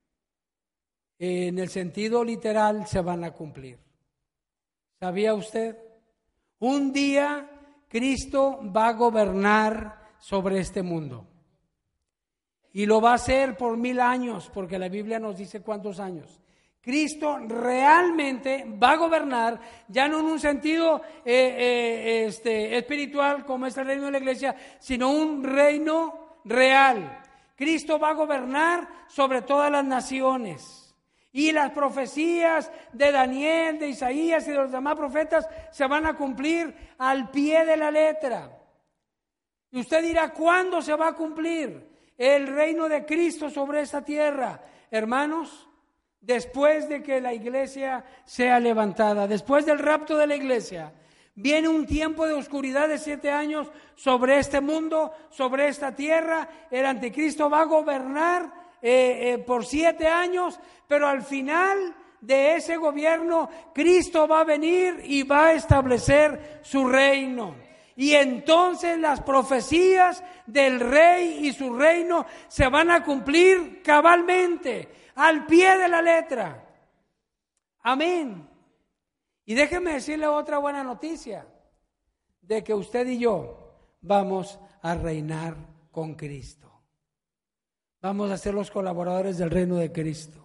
en el sentido literal, se van a cumplir. ¿Sabía usted? Un día Cristo va a gobernar sobre este mundo. Y lo va a hacer por mil años, porque la Biblia nos dice cuántos años. Cristo realmente va a gobernar, ya no en un sentido eh, eh, este, espiritual como es el reino de la iglesia, sino un reino real. Cristo va a gobernar sobre todas las naciones. Y las profecías de Daniel, de Isaías y de los demás profetas se van a cumplir al pie de la letra. Y usted dirá, ¿cuándo se va a cumplir el reino de Cristo sobre esta tierra? Hermanos, después de que la iglesia sea levantada, después del rapto de la iglesia, viene un tiempo de oscuridad de siete años sobre este mundo, sobre esta tierra. El anticristo va a gobernar eh, eh, por siete años, pero al final de ese gobierno, Cristo va a venir y va a establecer su reino. Y entonces las profecías del rey y su reino se van a cumplir cabalmente, al pie de la letra. Amén. Y déjeme decirle otra buena noticia, de que usted y yo vamos a reinar con Cristo. Vamos a ser los colaboradores del reino de Cristo.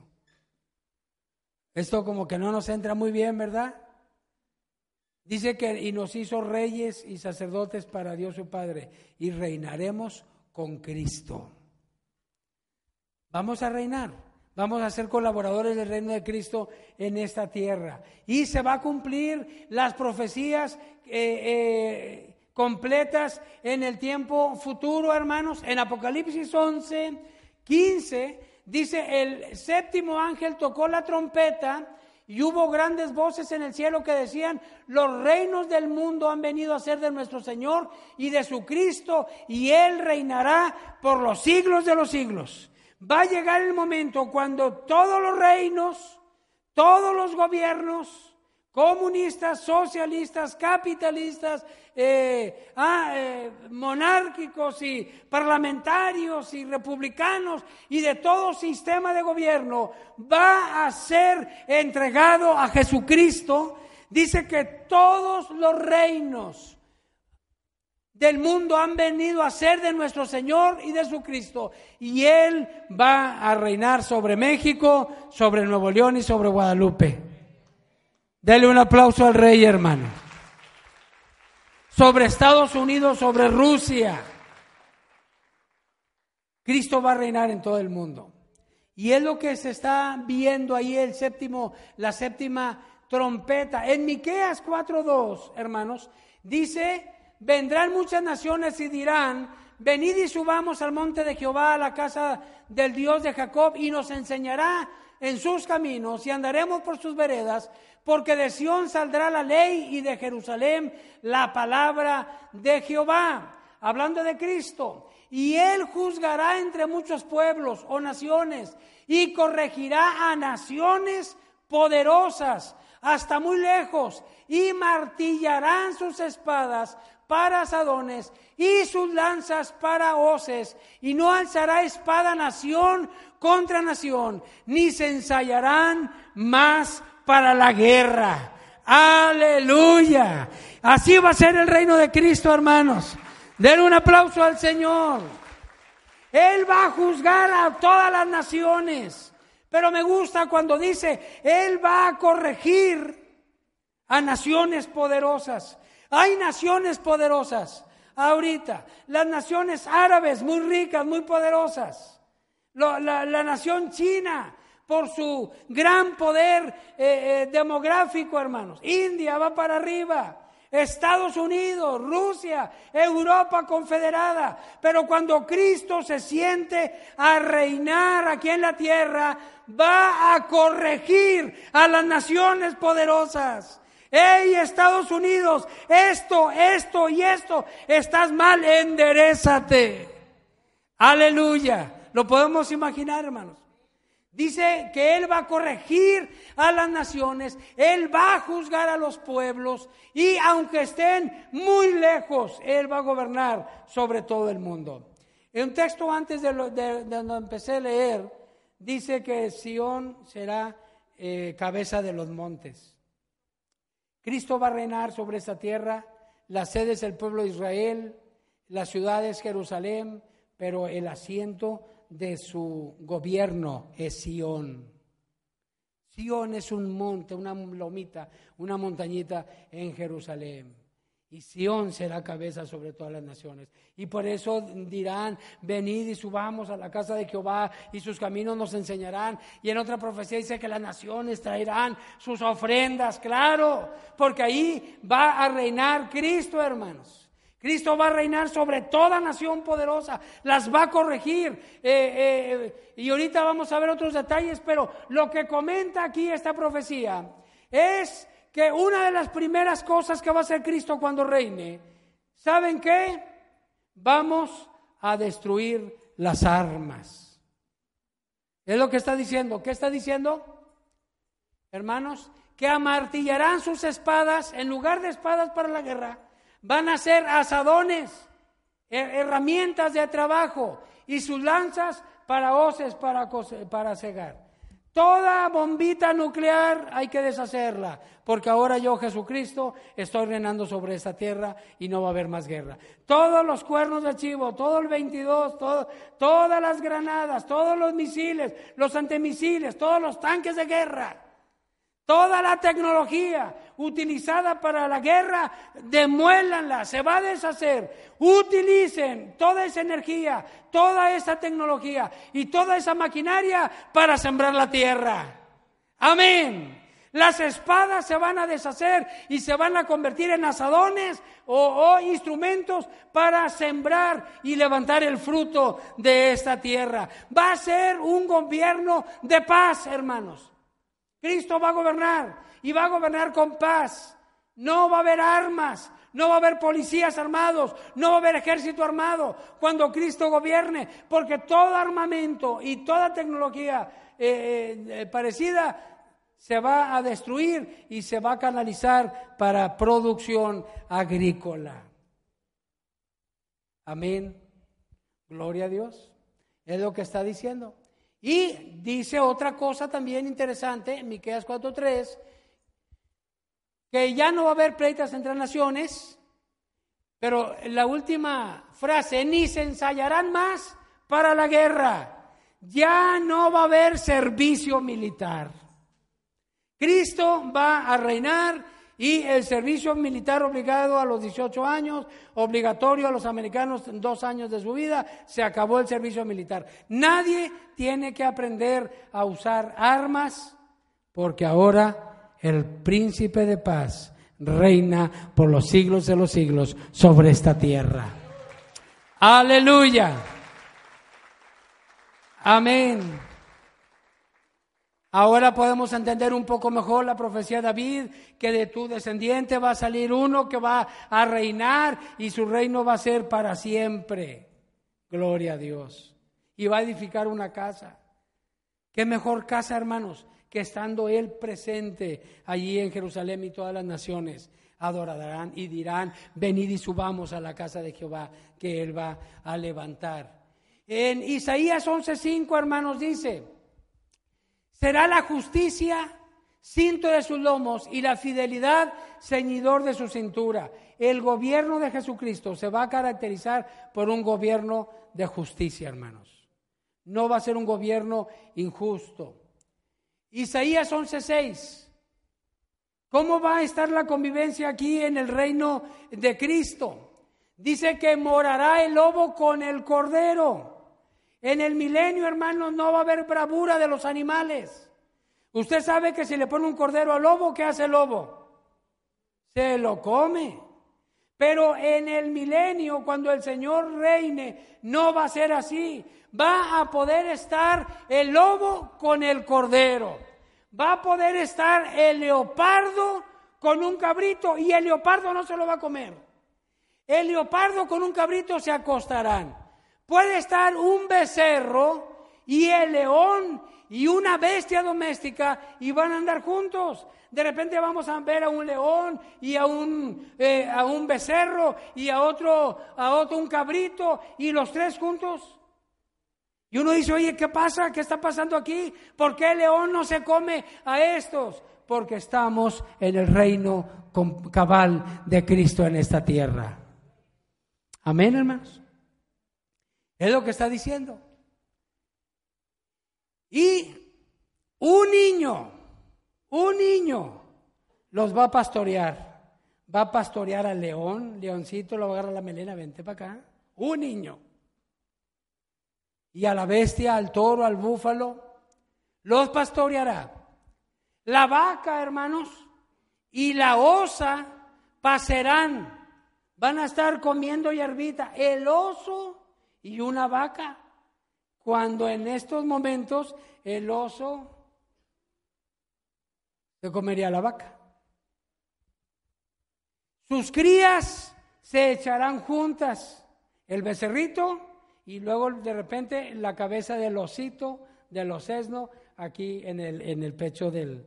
Esto como que no nos entra muy bien, ¿verdad? Dice que y nos hizo reyes y sacerdotes para Dios su Padre, y reinaremos con Cristo. Vamos a reinar. Vamos a ser colaboradores del reino de Cristo en esta tierra. Y se va a cumplir las profecías eh, eh, completas en el tiempo futuro, hermanos. En Apocalipsis once, quince, dice, el séptimo ángel tocó la trompeta y hubo grandes voces en el cielo que decían, los reinos del mundo han venido a ser de nuestro Señor y de su Cristo, y Él reinará por los siglos de los siglos. Va a llegar el momento cuando todos los reinos, todos los gobiernos, comunistas, socialistas, capitalistas, eh, ah, eh, monárquicos y parlamentarios y republicanos y de todo sistema de gobierno, va a ser entregado a Jesucristo. Dice que todos los reinos del mundo han venido a ser de nuestro Señor y de su Cristo, y Él va a reinar sobre México, sobre Nuevo León y sobre Guadalupe. Dele un aplauso al Rey, hermano. Sobre Estados Unidos, sobre Rusia. Cristo va a reinar en todo el mundo. Y es lo que se está viendo ahí, el séptimo, la séptima trompeta. En Miqueas cuatro dos, hermanos, dice: vendrán muchas naciones y dirán, venid y subamos al monte de Jehová, a la casa del Dios de Jacob, y nos enseñará en sus caminos, y andaremos por sus veredas, porque de Sión saldrá la ley, y de Jerusalén la palabra de Jehová. Hablando de Cristo. Y Él juzgará entre muchos pueblos o naciones, y corregirá a naciones poderosas, hasta muy lejos, y martillarán sus espadas para asadones y sus lanzas para hoces, y no alzará espada nación contra nación, ni se ensayarán más para la guerra. Aleluya. Así va a ser el reino de Cristo, hermanos. Den un aplauso al Señor. Él va a juzgar a todas las naciones, pero me gusta cuando dice, Él va a corregir a naciones poderosas. Hay naciones poderosas ahorita, las naciones árabes muy ricas, muy poderosas, la, la, la nación china por su gran poder eh, eh, demográfico, hermanos. India va para arriba, Estados Unidos, Rusia, Europa confederada. Pero cuando Cristo se siente a reinar aquí en la tierra, va a corregir a las naciones poderosas. ¡Ey, Estados Unidos! Esto, esto y esto, estás mal, enderézate. Aleluya. Lo podemos imaginar, hermanos. Dice que Él va a corregir a las naciones, Él va a juzgar a los pueblos, y aunque estén muy lejos, Él va a gobernar sobre todo el mundo. En un texto antes de, lo, de, de donde empecé a leer, dice que Sión será eh, cabeza de los montes. Cristo va a reinar sobre esta tierra, la sede es el pueblo de Israel, la ciudad es Jerusalén, pero el asiento de su gobierno es Sión. Sión es un monte, una lomita, una montañita en Jerusalén. Y Sión será cabeza sobre todas las naciones. Y por eso dirán, venid y subamos a la casa de Jehová y sus caminos nos enseñarán. Y en otra profecía dice que las naciones traerán sus ofrendas, claro, porque ahí va a reinar Cristo, hermanos. Cristo va a reinar sobre toda nación poderosa, las va a corregir. Eh, eh, y ahorita vamos a ver otros detalles, pero lo que comenta aquí esta profecía es que una de las primeras cosas que va a hacer Cristo cuando reine, ¿saben qué? Vamos a destruir las armas. Es lo que está diciendo. ¿Qué está diciendo? Hermanos, que amartillarán sus espadas en lugar de espadas para la guerra. Van a ser asadones, herramientas de trabajo, y sus lanzas para hoces para, para cegar. Toda bombita nuclear hay que deshacerla, porque ahora yo, Jesucristo, estoy reinando sobre esta tierra y no va a haber más guerra. Todos los cuernos de chivo, todo el veintidós, todo, todas las granadas, todos los misiles, los antimisiles, todos los tanques de guerra, toda la tecnología utilizada para la guerra, demuélanla, se va a deshacer. Utilicen toda esa energía, toda esa tecnología y toda esa maquinaria para sembrar la tierra. Amén. Las espadas se van a deshacer y se van a convertir en asadones o, o instrumentos para sembrar y levantar el fruto de esta tierra. Va a ser un gobierno de paz, hermanos. Cristo va a gobernar y va a gobernar con paz. No va a haber armas, no va a haber policías armados, no va a haber ejército armado cuando Cristo gobierne, porque todo armamento y toda tecnología eh, eh, parecida se va a destruir y se va a canalizar para producción agrícola. Amén. Gloria a Dios. Es lo que está diciendo. Y dice otra cosa también interesante en Miqueas cuatro tres, que ya no va a haber pleitas entre naciones, pero la última frase, ni se ensayarán más para la guerra. Ya no va a haber servicio militar. Cristo va a reinar y el servicio militar obligado a los dieciocho años, obligatorio a los americanos en dos años de su vida, se acabó el servicio militar. Nadie tiene que aprender a usar armas, porque ahora el príncipe de paz reina por los siglos de los siglos sobre esta tierra. ¡Aleluya! Amén. Ahora podemos entender un poco mejor la profecía de David, que de tu descendiente va a salir uno que va a reinar y su reino va a ser para siempre. Gloria a Dios. Y va a edificar una casa. ¿Qué mejor casa, hermanos, que estando Él presente allí en Jerusalén y todas las naciones adorarán y dirán, venid y subamos a la casa de Jehová que Él va a levantar? En Isaías once cinco, hermanos, dice: será la justicia cinto de sus lomos y la fidelidad ceñidor de su cintura. El gobierno de Jesucristo se va a caracterizar por un gobierno de justicia, hermanos. No va a ser un gobierno injusto. Isaías once seis. ¿Cómo va a estar la convivencia aquí en el reino de Cristo? Dice que morará el lobo con el cordero. En el milenio, hermanos, no va a haber bravura de los animales. Usted sabe que si le pone un cordero al lobo, ¿qué hace el lobo? Se lo come. Pero en el milenio, cuando el Señor reine, no va a ser así. Va a poder estar el lobo con el cordero. Va a poder estar el leopardo con un cabrito, y el leopardo no se lo va a comer. El leopardo con un cabrito se acostarán. Puede estar un becerro y el león y una bestia doméstica y van a andar juntos. De repente vamos a ver a un león y a un, eh, a un becerro y a otro, a otro un cabrito, y los tres juntos. Y uno dice, oye, ¿qué pasa? ¿Qué está pasando aquí? ¿Por qué el león no se come a estos? Porque estamos en el reino cabal de Cristo en esta tierra. Amén, hermanos. Es lo que está diciendo. Y un niño Un niño los va a pastorear. Va a pastorear al león, leoncito, lo va a agarrar la melena, vente para acá. Un niño. Y a la bestia, al toro, al búfalo, los pastoreará. La vaca, hermanos, y la osa pasarán. Van a estar comiendo hierbita. El oso y una vaca. Cuando en estos momentos el oso se comería la vaca. Sus crías se echarán juntas, el becerrito y luego de repente la cabeza del osito, del osesno, aquí en el, en el pecho del...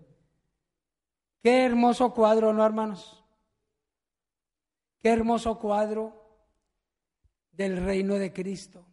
Qué hermoso cuadro, ¿no, hermanos? Qué hermoso cuadro del reino de Cristo.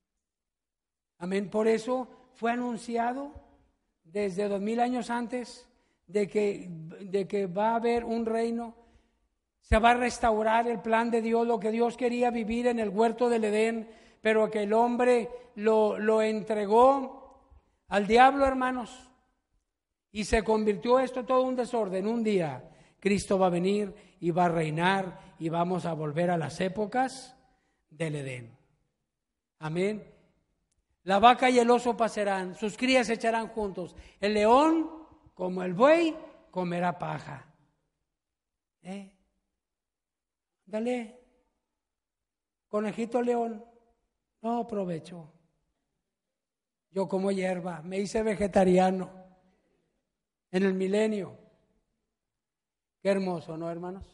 Amén. Por eso fue anunciado desde dos mil años antes de que, de que va a haber un reino. Se va a restaurar el plan de Dios, lo que Dios quería vivir en el huerto del Edén, pero que el hombre lo, lo entregó al diablo, hermanos, y se convirtió esto todo un desorden. Un día Cristo va a venir y va a reinar y vamos a volver a las épocas del Edén. Amén. La vaca y el oso pasarán, sus crías se echarán juntos. El león, como el buey, comerá paja. ¿Eh? Dale, conejito león, no provecho. Yo como hierba, me hice vegetariano en el milenio. Qué hermoso, ¿no, hermanos?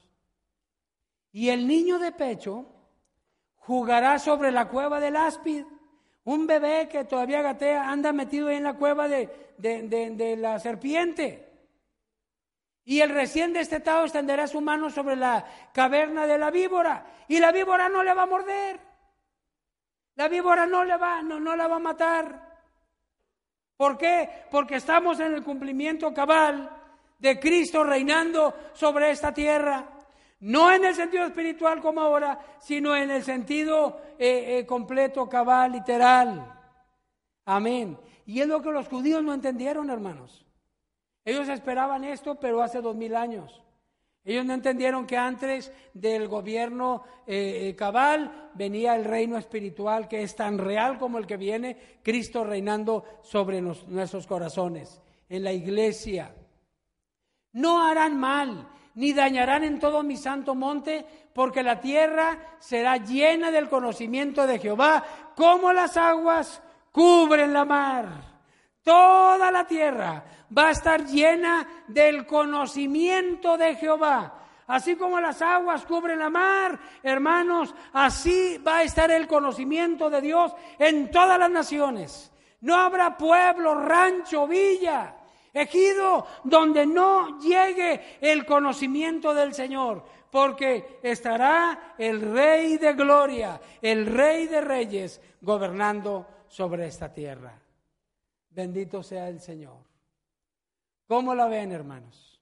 Y el niño de pecho jugará sobre la cueva del áspid. Un bebé que todavía gatea anda metido ahí en la cueva de, de, de, de la serpiente. Y el recién destetado extenderá su mano sobre la caverna de la víbora. Y la víbora no le va a morder. La víbora no le va, no, no la va a matar. ¿Por qué? Porque estamos en el cumplimiento cabal de Cristo reinando sobre esta tierra. No en el sentido espiritual como ahora, sino en el sentido eh, eh, completo, cabal, literal. Amén. Y es lo que los judíos no entendieron, hermanos. Ellos esperaban esto, pero hace dos mil años. Ellos no entendieron que antes del gobierno eh, cabal venía el reino espiritual que es tan real como el que viene, Cristo reinando sobre nos, nuestros corazones, en la iglesia. No harán mal, ni dañarán en todo mi santo monte, porque la tierra será llena del conocimiento de Jehová, como las aguas cubren la mar. Toda la tierra va a estar llena del conocimiento de Jehová. Así como las aguas cubren la mar, hermanos, así va a estar el conocimiento de Dios en todas las naciones. No habrá pueblo, rancho, villa, ejido donde no llegue el conocimiento del Señor, porque estará el Rey de Gloria, el Rey de Reyes, gobernando sobre esta tierra. Bendito sea el Señor. ¿Cómo la ven, hermanos?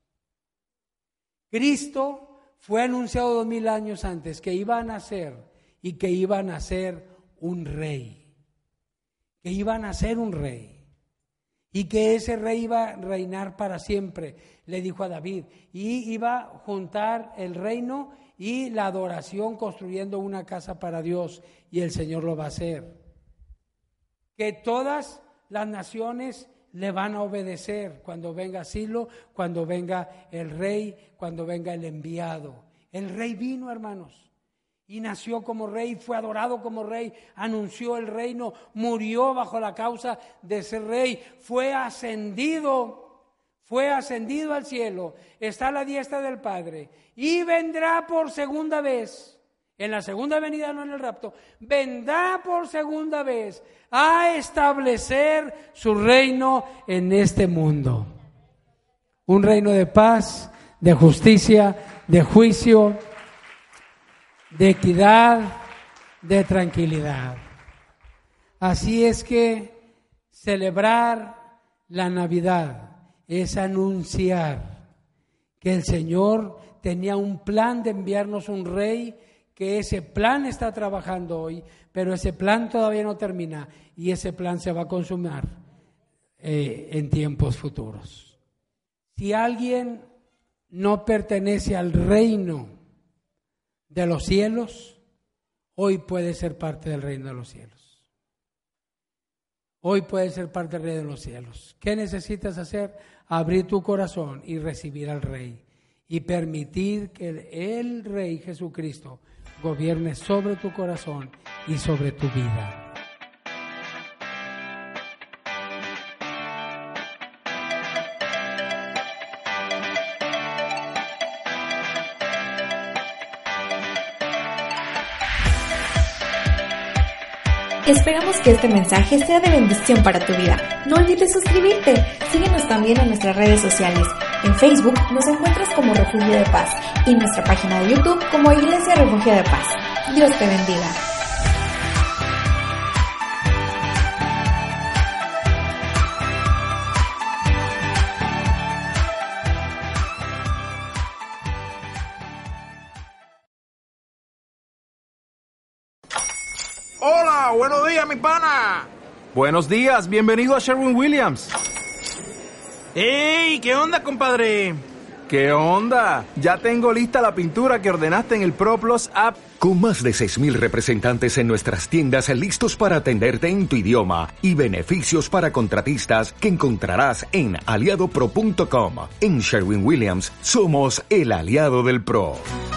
Cristo fue anunciado dos mil años antes que iba a nacer y que iba a nacer un rey. Que iba a nacer un rey. Y que ese rey iba a reinar para siempre, le dijo a David. Y iba a juntar el reino y la adoración construyendo una casa para Dios. Y el Señor lo va a hacer. Que todas las naciones le van a obedecer cuando venga Silo, cuando venga el rey, cuando venga el enviado. El rey vino, hermanos, y nació como rey, fue adorado como rey, anunció el reino, murió bajo la causa de ser rey, fue ascendido, fue ascendido al cielo, está a la diestra del Padre y vendrá por segunda vez. En la segunda venida, no en el rapto, vendrá por segunda vez a establecer su reino en este mundo. Un reino de paz, de justicia, de juicio, de equidad, de tranquilidad. Así es que celebrar la Navidad es anunciar que el Señor tenía un plan de enviarnos un rey, que ese plan está trabajando hoy, pero ese plan todavía no termina y ese plan se va a consumar eh, en tiempos futuros. Si alguien no pertenece al reino de los cielos, hoy puede ser parte del reino de los cielos. Hoy puede ser parte del reino de los cielos. ¿Qué necesitas hacer? Abrir tu corazón y recibir al Rey. Y permitir que el Rey Jesucristo gobierne sobre tu corazón y sobre tu vida. Esperamos que este mensaje sea de bendición para tu vida. No olvides suscribirte. Síguenos también en nuestras redes sociales. En Facebook nos encuentras como Refugio de Paz y en nuestra página de YouTube como Iglesia Refugio de Paz. Dios te bendiga. Hola, buenos días, mi pana. Buenos días, bienvenido a Sherwin-Williams. ¡Ey! ¿Qué onda, compadre? ¿Qué onda? Ya tengo lista la pintura que ordenaste en el ProPlus app. Con más de seis mil representantes en nuestras tiendas listos para atenderte en tu idioma y beneficios para contratistas que encontrarás en aliado pro punto com. En Sherwin-Williams somos el aliado del pro.